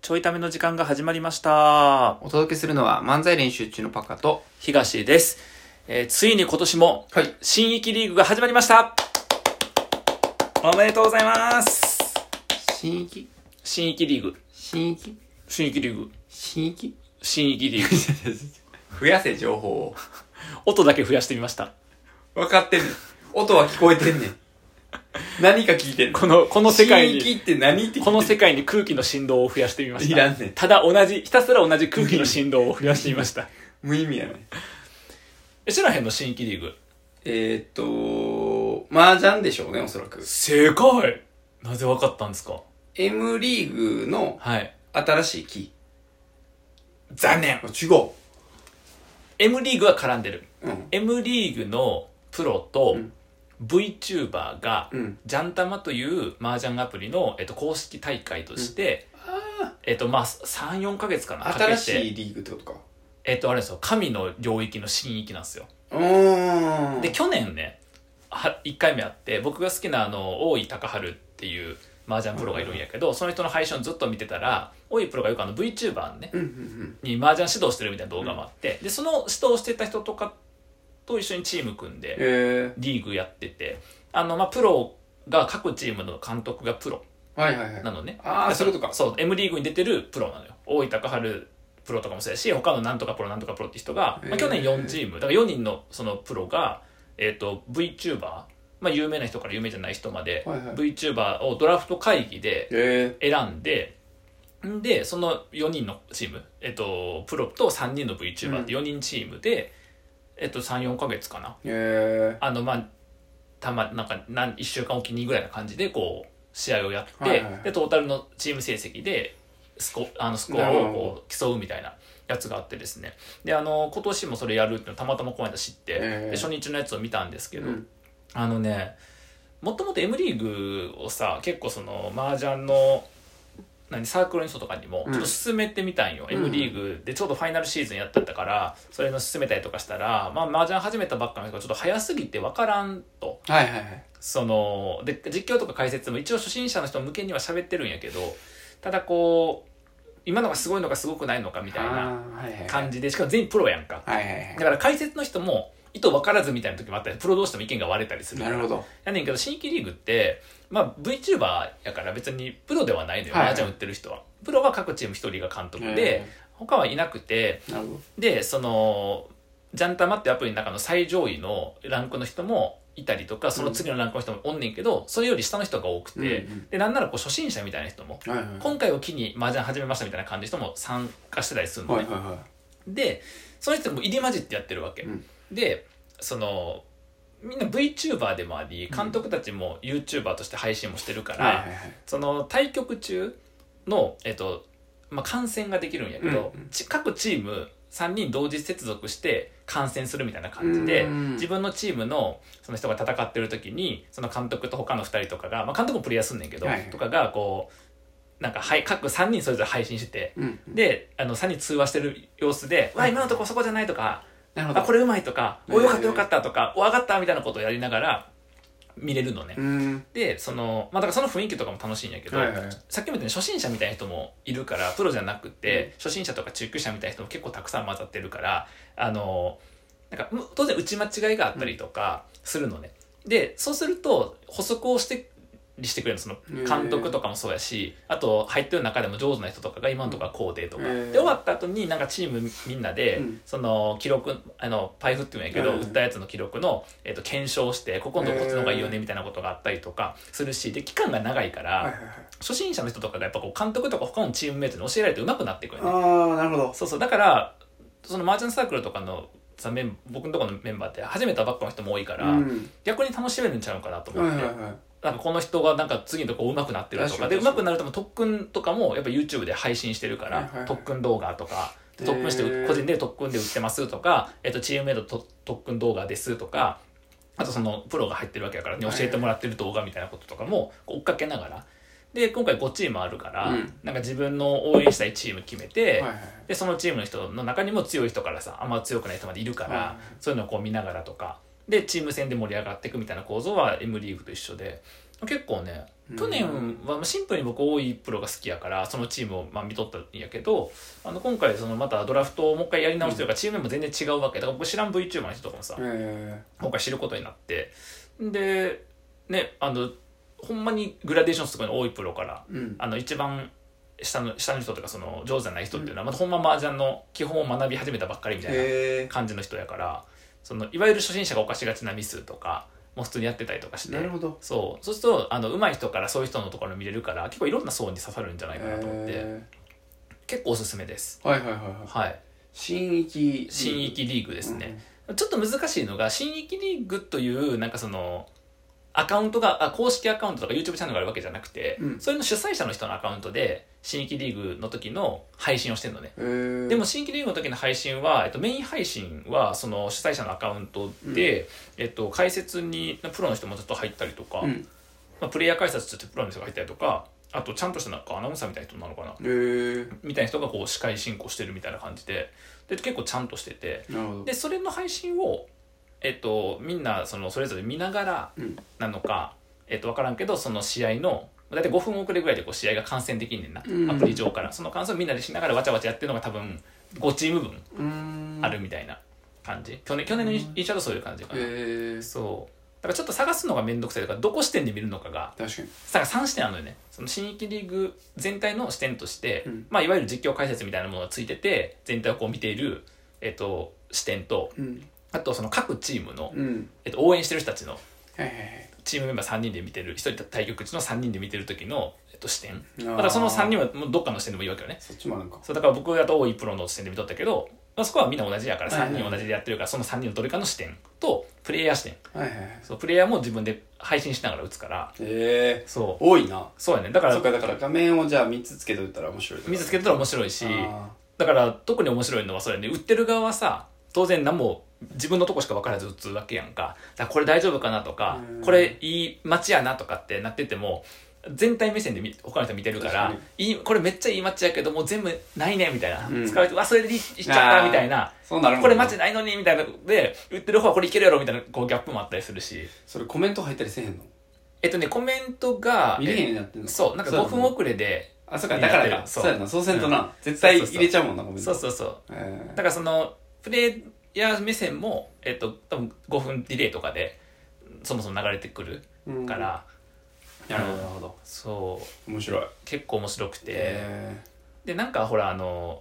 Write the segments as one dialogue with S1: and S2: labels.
S1: ちょいための時間が始まりました。
S2: お届けするのは漫才練習中のパカと
S1: 東です。ついに今年も新域リーグが始まりました。おめでとうございます。
S2: 新域
S1: リーグ。
S2: 新域
S1: リーグ。
S2: 新域
S1: リーグ。
S2: 増やせ情報を。
S1: 音だけ増やしてみました。
S2: 分かってんねん。音は聞こえてんねん。何か聞いてんの。
S1: この世界に。
S2: 新域って何って聞いてんの。
S1: この世界に空気の振動を増やしてみました。
S2: いらんねん。
S1: ただひたすら同じ空気の振動を増やしてみました。
S2: 無意味やね。
S1: 知らへんの新域リーグ。
S2: 麻雀でしょうね、おそらく。
S1: 正解。なぜ分かったんですか。
S2: M リーグの新しい木。
S1: 残念。
S2: 違う。
S1: M リーグは絡んでる。
S2: うん、
S1: M リーグのプロと VTuber が、ジャンタマという麻雀アプリの、公式大会として、3、4ヶ月かな。
S2: 新しいリーグってことか。
S1: あれですよ。神の領域の新域なんですよ。で、去年ね、1回目あって、僕が好きな大井隆治っていう麻雀プロがいるんやけど、その人の配信をずっと見てたら、大井プロがよくVTuber ね、に麻雀指導してるみたいな動画もあって、で、その指導してた人とかと一緒にチーム組んで、リーグやってて、プロが各チームの監督がプロなのね。
S2: そういうことか。
S1: そう、M リーグに出てるプロなのよ。大井隆治プロとかもそうやし、他のなんとかプロなんとかプロって人が、去年4チーム、だから4人のそのプロが、VTuber、有名な人から有名じゃない人まで、VTuber をドラフト会議で選んで、で、その4人のチーム、プロと3人の VTuber って4人チームで、3、4ヶ月かな。なんか1週間おきにぐらいな感じで、こう、試合をやって、で、トータルのチーム成績で、スコアをこう競うみたいなやつがあってですね。で、今年もそれやるっていうのたまたまこの間知って、で初日のやつを見たんですけど、もともと M リーグをさ、結構その、麻雀の、サークルの人とかにもちょっと進めてみたんよ。M リーグでちょうどファイナルシーズンやってたから、それの進めたりとかしたら、麻雀始めたばっかの人がちょっと早すぎて分からんと。で、実況とか解説も一応初心者の人向けには喋ってるんやけど、ただこう、今のがすごいのかすごくないのかみたいな感じで、しかも全員プロやんか。だから解説の人も意図分からずみたいな時もあったり、プロ同士とも意見が割れたりするから。
S2: なるほど。
S1: やねんけど、新規リーグって、VTuber やから別にプロではないのよ、麻雀売ってる人は。プロは各チーム一人が監督で、他はいなくて、で、ジャンタマってアプリの中の最上位のランクの人もいたりとか、その次のランクの人もおんねんけど、それより下の人が多くて、で、なんならこう初心者みたいな人も、今回を機に麻雀始めましたみたいな感じの人も参加してたりするのね。で、その人も入り混じってやってるわけ。で、みんな VTuber でもあり、監督たちも YouTuber として配信もしてるから、対局中の、観戦ができるんやけど、各チーム3人同時接続して観戦するみたいな感じで、自分のチームのその人が戦ってる時に、その監督と他の2人とかが、監督もプレイヤーすんねんけど、とかがこう、各3人それぞれ配信してて、で、3人通話してる様子で、今のとこそこじゃないとか、これうまいとか、よかったよかったとか、上がったみたいなことをやりながら見れるのね。で、だからその雰囲気とかも楽しいんやけど、さっきも言ったように初心者みたいな人もいるから、プロじゃなくて、初心者とか中級者みたいな人も結構たくさん混ざってるから、当然打ち間違いがあったりとかするのね。で、そうすると補足をしてくれるの、その監督とかもそうやし、あと入ってる中でも上手な人とかが今のところはこうでとか、で終わった後になんかチームみんなで、その記録パイフって言うんやけど、打ったやつの記録の、検証して、ここのこっちの方がいいよねみたいなことがあったりとかするし、で期間が長いから、初心者の人とかがやっぱこう監督とか他のチームメイトに教えられて上手くなっていくよね。
S2: なるほど。
S1: そうだからそのマーチャントサークルとかの僕のところのメンバーって始めたばっかの人も多いから、逆に楽しめるんちゃうかなと思って。なんかこの人がなんか次のとこ上手くなってるとかで、上手くなると特訓とかもやっぱ YouTube で配信してるから、特訓動画とか特訓して個人で特訓で売ってますとか、チームメイト特訓動画ですとか、あとそのプロが入ってるわけだからね、教えてもらってる動画みたいなこととかも追っかけながら、で今回5チームあるから、なんか自分の応援したいチーム決めて、でそのチームの人の中にも強い人からさ、あんま強くない人までいるから、そういうのをこう見ながらとかでチーム戦で盛り上がっていくみたいな構造は M リーグと一緒で、 結構ね去年はシンプルに僕多いプロが好きやからそのチームをまあ見とったんやけど、今回そのまたドラフトをもう一回やり直してるからチームも全然違うわけだから、僕知らん VTuber の人とかもさ、今回知ることになって、でねほんまにグラデーションすごい多いプロから、一番下の人とかその上手じゃない人っていうのは、またほんま麻雀の基本を学び始めたばっかりみたいな感じの人やから、そのいわゆる初心者が犯しがちなミスとかもう普通にやってたりとかして、
S2: なるほど。
S1: そうすると上手い人からそういう人のところ見れるから結構いろんな層に刺さるんじゃないかなと思って、結構おすすめです。
S2: はいはいはい
S1: はい。
S2: 新域
S1: リーグですね、ちょっと難しいのが新域リーグというなんかそのアカウントが公式アカウントとか YouTube チャンネルがあるわけじゃなくて、それの主催者の人のアカウントで新規リーグの時の配信をしてるのね。でも新規リーグの時の配信は、メイン配信はその主催者のアカウントで、解説にプロの人もずっと入ったりとか、プレイヤー解説としてプロの人が入ったりとか、あとちゃんとしたなんかアナウンサーみたいな人なのかな、みたいな人がこう司会進行してるみたいな感じで、結構ちゃんとしてて、でそれの配信をみんなそれぞれ見ながらなのか、分からんけどその試合のだいたい5分遅れぐらいでこう試合が観戦できんねんな、アプリ上からその観戦をみんなでしながらわちゃわちゃやってるのが多分5チーム分あるみたいな感じ。去年の印象だとそういう感じかな。そうだからちょっと探すのがめんどくさいとか、どこ視点で見るのかが
S2: 確かに
S1: 3視点あるのよね。その新規リーグ全体の視点として、まあ、いわゆる実況解説みたいなものがついてて全体をこう見ている、視点と、あとその各チームの、応援してる人たちのチームメンバー3人で見てる、1人対局地の3人で見てる時の、視点。またその3人はもうどっかの視点でもいいわけよね。
S2: そっちもなんか
S1: そうだから僕だと多いプロの視点で見とったけど、まあ、そこはみんな同じやから3人同じでやってるから、その3人のどれかの視点とプレイヤー視点、そうプレイヤーも自分で配信しながら打つから、そう
S2: 多いな。
S1: そうやね。だから
S2: 画面をじゃあ3つつけといたら面白い。
S1: 3つつけたら面白いし、だから特に面白いのはそれね、打ってる側はさ当然何も自分のとこしか分からず打つわけやんか。だからこれ大丈夫かなとか、これいい街やなとかってなってても全体目線で他の人見てるから、これめっちゃいい街やけどもう全部ないねみたいな、使われてそれでいっちゃったみたいな、これ街ないのにみたいなで売ってる方はこれいけるやろみたいなこうギャップもあったりするし。
S2: それコメント入ったりせえへんの？
S1: コメントが
S2: 見れへんようになってんの？
S1: そうなんか5分遅れで、
S2: そうか、だからか。そうやな、そうせんとな、絶対入れちゃうもんな、コメント。
S1: そうだからそのプレイヤー目線も多分5分ディレイとかでそもそも流れてくるから、
S2: なるほど。
S1: そう
S2: 面白い。
S1: 結構面白くて、でなんかほら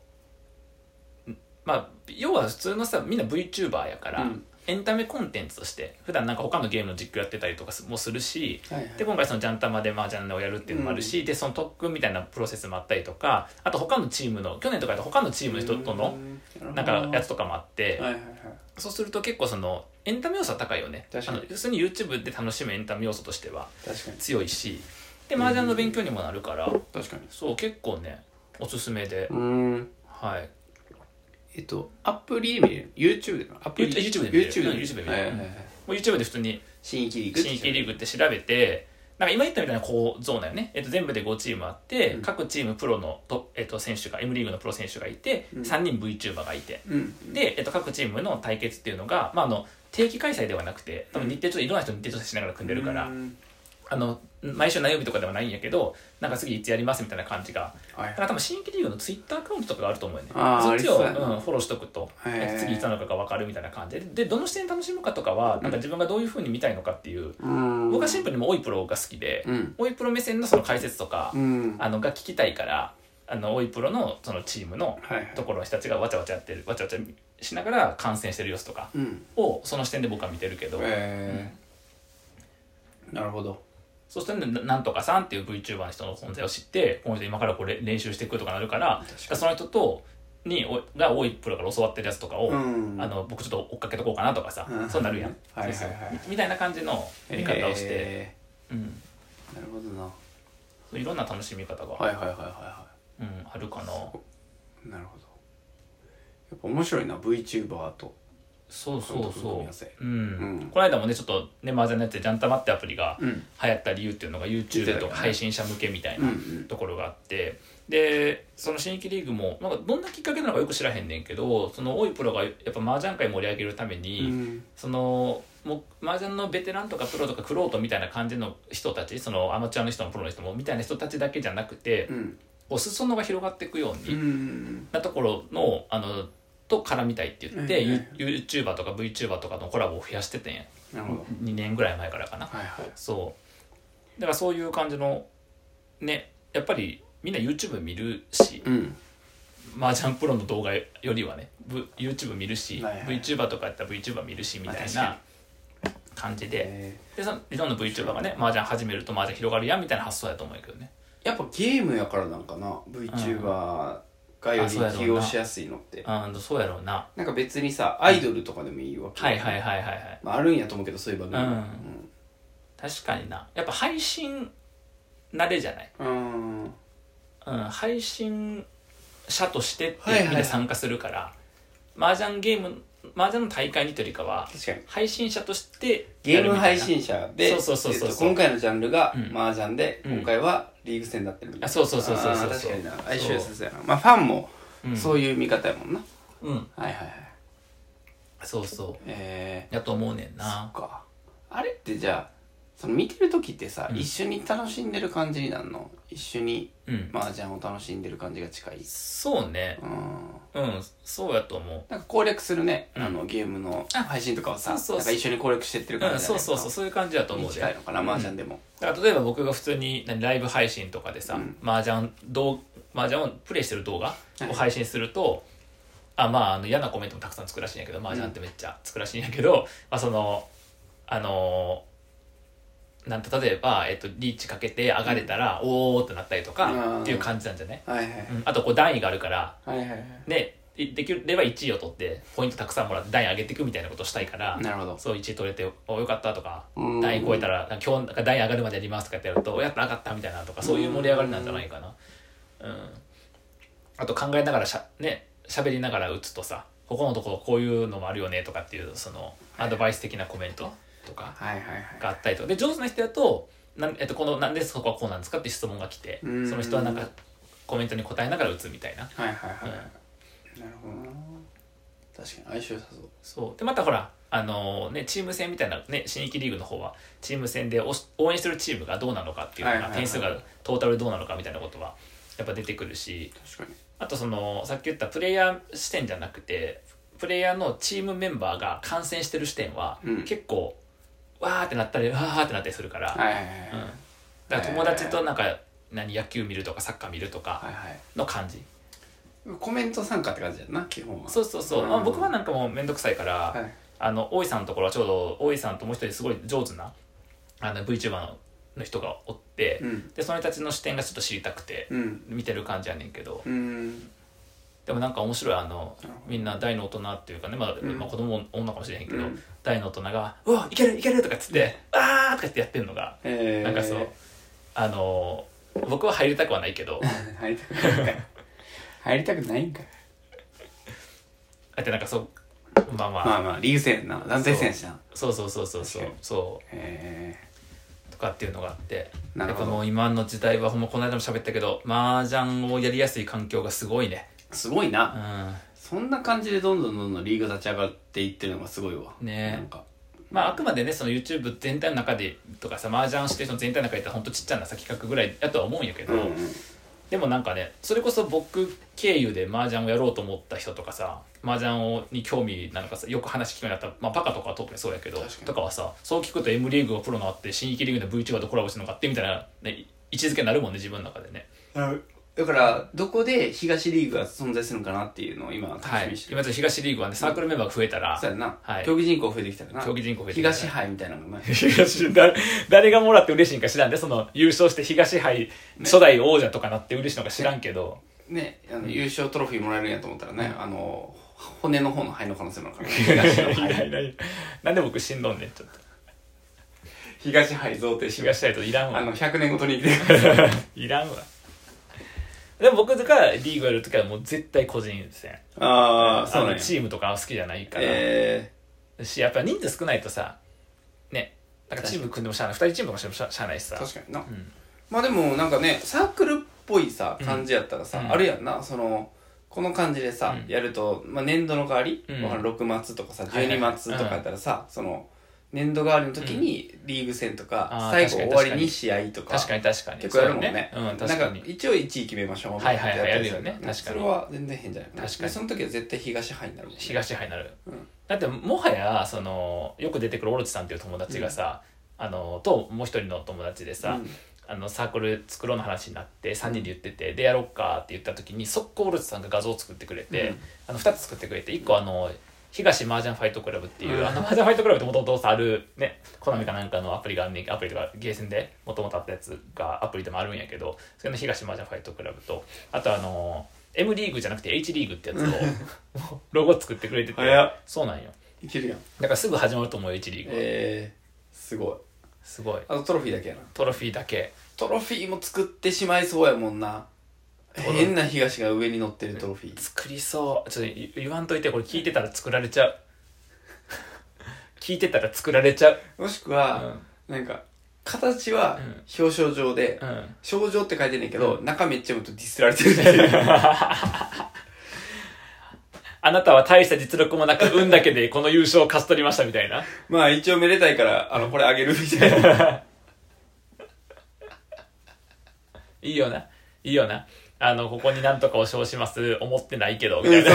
S1: まあ要は普通のさみんな VTuber やから、エンタメコンテンツとして普段なんか他のゲームの実況やってたりとかもするし、で今回そのジャンタマで麻雀をやるっていうのもあるし、でその特訓みたいなプロセスもあったりとか、あと他のチームの去年とかだと他のチームの人とのなんかやつとかもあって、そうすると結構そのエンタメ要素は高いよね。要するに YouTube で楽しむエンタメ要素としては強いし、で麻雀の勉強にもなるから、
S2: 確かに
S1: そう結構ねおすすめで、はい。
S2: アプリで見れる？ YouTube で見れる？
S1: YouTube で見れる。YouTube で見れる。もう YouTube で普通に
S2: 新規リ
S1: ーグって調べて、なんか今言ったみたいな構造だよね。全部で5チームあって、各チームプロの選手が M リーグのプロ選手がいて、3人 VTuber がいて、で各チームの対決っていうのが、まあ定期開催ではなくて、多分日程ちょっといろんな人に日程調整しながら組んでるから、毎週何曜日とかではないんやけど、なんか次いつやりますみたいな感じが、だから多分新規リーグのツイッターアカウントとかがあると思うよね。そっちをフォローしとくと次いつなのかが分かるみたいな感じで、どの視点楽しむかとかはなんか自分がどういう風に見たいのかっていう、僕はシンプルにもうオイプロが好きで、オイプロ目線のその解説とかが聞きたいから、オイプロのそのチームのところの人たちがわちゃわちゃやってる、わちゃわちゃしながら観戦してる様子とかをその視点で僕は見てるけど、
S2: なるほど。
S1: そうするとなんとかさんっていう VTuber の人の存在を知って、この人今からこれ練習していくとかなるから、その人が多いプロから教わってるやつとかを、僕ちょっと追っかけとこうかなとかさ、そうなるやん、みたいな感じのやり方をして、
S2: なるほどな。
S1: いろんな楽しみ方があるかな。
S2: なるほど。やっぱ面白いな VTuber と
S1: そうそう
S2: 組み合わせ
S1: そう、うんこの間もねちょっとね麻雀のやつでジャンタマってアプリが流行った理由っていうのが YouTube とか配信者向けみたいなところがあって、でその新規リーグもなんかどんなきっかけなのかよく知らへんねんけど、その多いプロがやっぱ麻雀界盛り上げるために、そのもう麻雀のベテランとかプロとかクロートみたいな感じの人たち、そのアマチュアの人もプロの人もみたいな人たちだけじゃなくて、こう裾野が広がっていくようになところのと絡みたいって言って、YouTuber とか VTuber とかのコラボを増やしててんや。2年ぐらい前からかな、そうだからそういう感じのね、やっぱりみんな YouTube 見るし、麻雀プロの動画よりはね、YouTube 見るし、VTuber とかやったら VTuber 見るしみたいな感じで、でそのいろんな VTuber がね麻雀始めると麻雀広がるやんみたいな発想やと思うけどね。
S2: やっぱゲームやからなんかな、 VTuber がより起用しやすいのって、
S1: そうやろうな。
S2: なんか別にさアイドルとかでもいいわけ、まあ、あるんやと思うけどそういう番組は、
S1: 確かにな。やっぱ配信慣れじゃない、配信者としてってみんな参加するから、麻雀ゲーム麻雀の大会にというよりかは配信者として
S2: ゲーム配信者で、
S1: 今
S2: 回のジャンルが麻雀で、今回はリーグ戦になってるみたいな。
S1: そう確
S2: かにな、相性良さそうやな。まあファンもそういう見方やもんな。
S1: そうやと思うねんな。
S2: そっか。あれってじゃあその見てる時ってさ、一緒に楽しんでる感じになるの？一緒に麻雀を楽しんでる感じが近い？
S1: そうね、そうやと思う。
S2: なんか攻略するね、ゲームの配信とかはさ、なんか一緒に攻略してってる感じじゃないかな。
S1: そういう感じだと思うで。
S2: 近いのかな、麻雀でも。
S1: だから例えば僕が普通にライブ配信とかでさ、麻雀をプレイしてる動画を配信すると、嫌なコメントもたくさん作らしいんやけど、麻雀ってめっちゃ作らしいんやけど、その例えば、リーチかけて上がれたら、おーってなったりとかっていう感じなんじゃね、あとこう段位があるから、できれば1位を取ってポイントたくさんもらって段位上げていくみたいなことをしたいから、そう1位取れてよかったとか、段位超えたら今日段位上がるまでやりますとかってやるとやった上がったみたいなとか、そういう盛り上がりなんじゃないかな。あと考えながら喋りながら打つとさ、ここのところこういうのもあるよねとかっていうそのアドバイス的なコメントとかがあったりとかで、上手な人だとなんでそこはこうなんですかって質問が来て、その人はなんかコメントに答えながら打つみたいな。
S2: なるほどな。確かに相性良さそう。
S1: そうでまたほらチーム戦みたいなね、新規リーグの方はチーム戦で応援してるチームがどうなのかっていうのが、点数がトータルでどうなのかみたいなことはやっぱ出てくるし、あとさっき言ったプレイヤー視点じゃなくてプレイヤーのチームメンバーが観戦してる視点は、結構わーってなったりわーってなったりするから、だから友達となんか野球見るとかサッカー見るとかの感じ、
S2: コメント参加って感じやな基本は。
S1: そう、僕はなんかもうめんどくさいから、大井さんのところはちょうど大井さんともう一人すごい上手なVTuber の人がおって、でその人たちの視点がちょっと知りたくて見てる感じやねんけど、でもなんか面白いみんな大の大人っていうかね、子供女かもしれへんけど、大の大人が「うわいけるいける!」とかっつって「あー!」とかってやってんのが、なんかそう僕は入りたくはないけど
S2: 入りたくないんかい。
S1: だってなんかそう
S2: まあリーグ戦やな、団体戦やしな。
S1: そうとかっていうのがあって、やっぱもう今の時代はほんまこの間も喋ったけど麻雀をやりやすい環境がすごいね。
S2: すごいな、そんな感じでどんどんリーグ立ち上がっていってるのがすごいわ
S1: ね。
S2: なんか
S1: あくまでねその YouTube 全体の中でとかさ、麻雀してその全体の中で言ったらほんとちっちゃなさ企画ぐらいだとは思うんやけど、でもなんかねそれこそ僕経由で麻雀をやろうと思った人とかさ、麻雀に興味なのかさ、よく話聞くようになった、パカとかは特にそうやけどとかはさ、そう聞くと M リーグがプロがあって新規リーグの VTuber とコラボしてるのがあってみたいな、ね、位置づけになるもんね自分の中でね。
S2: だからどこで東リーグが存在するのかなっていうのを今楽しみにしてる。
S1: 今東リーグはねサークルメンバーが増えたら、
S2: そうやな、競技人口増えてきたらな、東杯みたいなのが
S1: 誰がもらって嬉しいんか知らんで、その優勝して東杯初代王者とかなって嬉しいのか知らんけど
S2: ね、優勝トロフィーもらえるんやと思ったらね、骨の方の杯の可能性もあるから東の杯
S1: なんで僕しんどんねんちょっと。
S2: 東杯贈呈し
S1: 東杯といらんわ
S2: 100年ごとに来てください。
S1: いらんわ。でも僕とかリーグやるときはもう絶対個人戦。
S2: そうね。
S1: チームとかは好きじゃないから。 し、やっぱ人数少ないとさね、なんかチーム組んでもしゃあない、2人チームとかしてもしゃあないしさ。
S2: 確かにな、まあでもなんかねサークルっぽいさ感じやったらさ、あるやんな、そのこの感じでさ、やると、まあ、年度の代わり、6末とかさ12末とかやったらさ、その年度代わりの時にリーグ戦とか、最後終わりに試合とか
S1: 確かに結
S2: 構やるもんね。
S1: 確かに。
S2: なんか一応1位決めましょうみ
S1: たいなやるよね。確かに。
S2: それは全然変じゃないかな。
S1: 確かに。
S2: その時は絶対東杯になるもんね。
S1: 東杯になる。だってもはやそのよく出てくるオロチさんっていう友達がさ、ともう一人の友達でさ、サークル作ろうの話になって3人で言ってて、でやろっかって言った時に速攻オルツさんが画像を作ってくれて、2つ作ってくれて、1個東麻雀ファイトクラブっていう、麻雀ファイトクラブってもともとあるね、コナミかなんかのアプリがあるねんけど、アプリとかゲーセンでもともとあったやつがアプリでもあるんやけど、それの東麻雀ファイトクラブと、あとM リーグじゃなくて H リーグってやつをロゴ作ってくれてて、そうなんよ。
S2: いけるやん。
S1: だからすぐ始まると思うよ H リーグは。
S2: すごい。
S1: すごい。
S2: あとトロフィーだけやな。
S1: トロフィーだけ。
S2: トロフィーも作ってしまいそうやもんな。変な東が上に乗ってるトロフィー。
S1: 作りそう。ちょっと言わんといて、これ聞いてたら作られちゃう。聞いてたら作られちゃう。
S2: もしくは、なんか、形は表彰状で、賞状って書いてんねんけど、中めっちゃ読むとディスられてるっていう。
S1: あなたは大した実力もなく運だけでこの優勝を勝ち取りましたみたいな。
S2: まあ一応めでたいからこれあげるみたいな。
S1: いいよな、いいよな。ここになんとかを称します思ってないけどみたいな。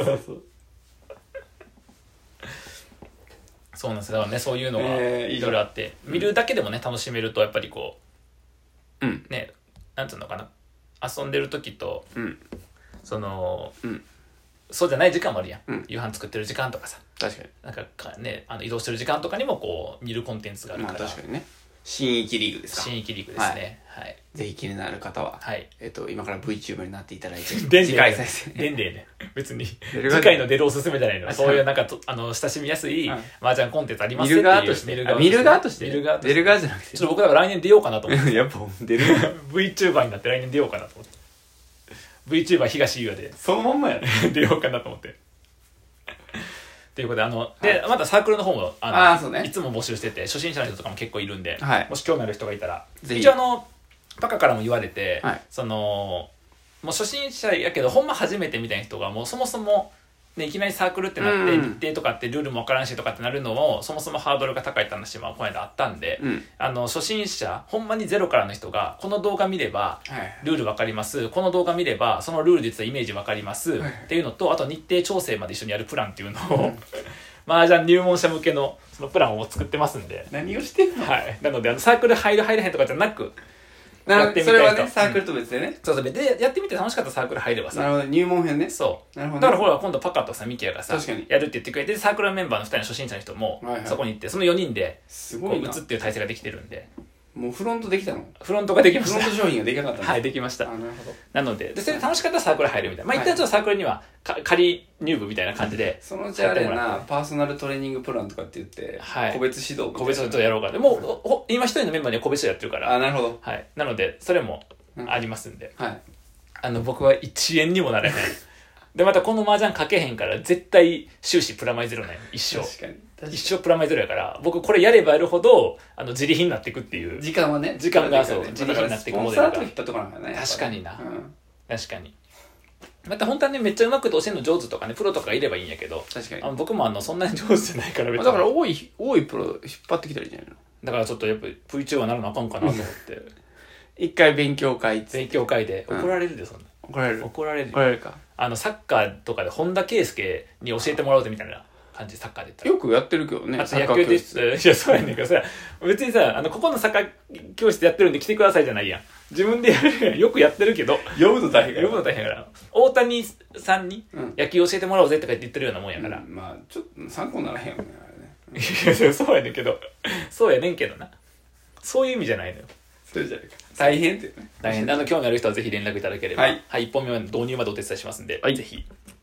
S1: そうなんですよ。だからね、そういうのがいろいろあって、見るだけでもね楽しめると、やっぱりこう、ね、なんていうのかな、遊んでる時と、その、そうじゃない時間もあるやん、夕飯作ってる時間とかさ、
S2: 確かに
S1: なんかね、移動してる時間とかにもこう見るコンテンツがあるから、
S2: 確かにね。新域リーグですか。
S1: 新域リーグですね。はい。
S2: ぜひ気になる方は、今から VTuber になっていただいて、
S1: 次回再生。でんでね。別に、次回の出るおすすめじゃないの。そういうなんか親しみやすい麻雀コンテンツありますっていう。
S2: 見る側として。見る側として。出る側じゃなくて。
S1: ちょっと僕だから来年出ようかなと思って。
S2: やっぱ出る。
S1: VTuber になって来年出ようかなと思って。VTuber 東優也で。
S2: そのまんまやね。
S1: 出ようかなと思って。ということで、で、またサークルの方も、
S2: そうね、
S1: いつも募集してて、初心者の人とかも結構いるんで、もし興味ある人がいたら、
S2: ぜひ。
S1: 一応パカからも言われて、もう初心者やけど、ほんま初めてみたいな人が、もうそもそも、ね、いきなりサークルってなって、日程とかってルールもわからんしとかってなるのも、そもそもハードルが高いって話もこの間あったんで、初心者、ほんまにゼロからの人が、この動画見れば、ルールわかります、この動画見れば、そのルールで言ったイメージわかります、っていうのと、あと日程調整まで一緒にやるプランっていうのを、麻雀入門者向けのそのプランを作ってますんで。
S2: 何をしてんの？
S1: はい。なので、サークル入る入れへんとかじゃなく、
S2: やってみたいと。それはね、サークルと別でね。
S1: そうそう。で、やってみて楽しかったサークル入ればさ。
S2: なるほど、入門編ね。
S1: そう。なるほど。だからほら、今度パカとさ、ミキヤがさ、やるって言ってくれて、サークルメンバーの2人の初心者の人も、そこに行って、その4人で、こう、打つっていう体制ができてるんで。
S2: もうフロントできたの？
S1: フロントができました。
S2: フロント商品ができなかったの？
S1: はい、できました。
S2: なるほど。
S1: なので、それで楽しかったらサークル入るみたいな。まあ、一旦ちょっとサークルには、仮入部みたいな感じで。
S2: そのうちあれやな、パーソナルトレーニングプランとかって言って、個別指導。
S1: 個別指導やろうか。でもう、今一人のメンバーには個別指導やってるから。
S2: なるほど。
S1: はい。なので、それもありますんで。
S2: はい。
S1: 僕は1円にもなれない。で、またこの麻雀かけへんから、絶対終始プラマイゼロない。一生。
S2: 確かに。
S1: 一生プラマイゼロやから、僕これやればやるほど、自利品になっていくっていう。
S2: 時間はね。
S1: 時間がそう、自利品になっていくモデルが。
S2: スポンサーといったところなんだね。
S1: 確かにな。確かに。また本当はね、めっちゃうまくて教えるの上手とかね、プロとかいればいいんやけど、
S2: 確かに。
S1: 僕もそんなに上手じゃないから別に。
S2: だから多いプロ引っ張ってきたらいいんじゃないの？
S1: だからちょっとやっぱり VTuber ならなあかんかなと思って。
S2: 一回勉強会
S1: で怒られるで、そんな。
S2: 怒られる
S1: か。サッカーとかで本田圭佑に教えてもらおうぜみたいな感じでサッカーで言ったら。
S2: よくやってるけどね。
S1: あと野球で、いや、そうやねんけどさ、別にさ、ここのサッカー教室やってるんで来てくださいじゃないやん。自分でやるやん。よくやってるけど。
S2: 呼ぶの大変
S1: から。大谷さんに野球教えてもらおうぜとか言ってるようなもんやから。
S2: まあ、ちょっと参考にならへんよね、あれね。
S1: いや、そうやねんけど。そうやねんけどな。そういう意味じゃないのよ。
S2: それじゃないか。大変ってね。
S1: 大変。興味ある人はぜひ連絡いただければ。はい。1本目は導入までお手伝いしますんで、ぜひ。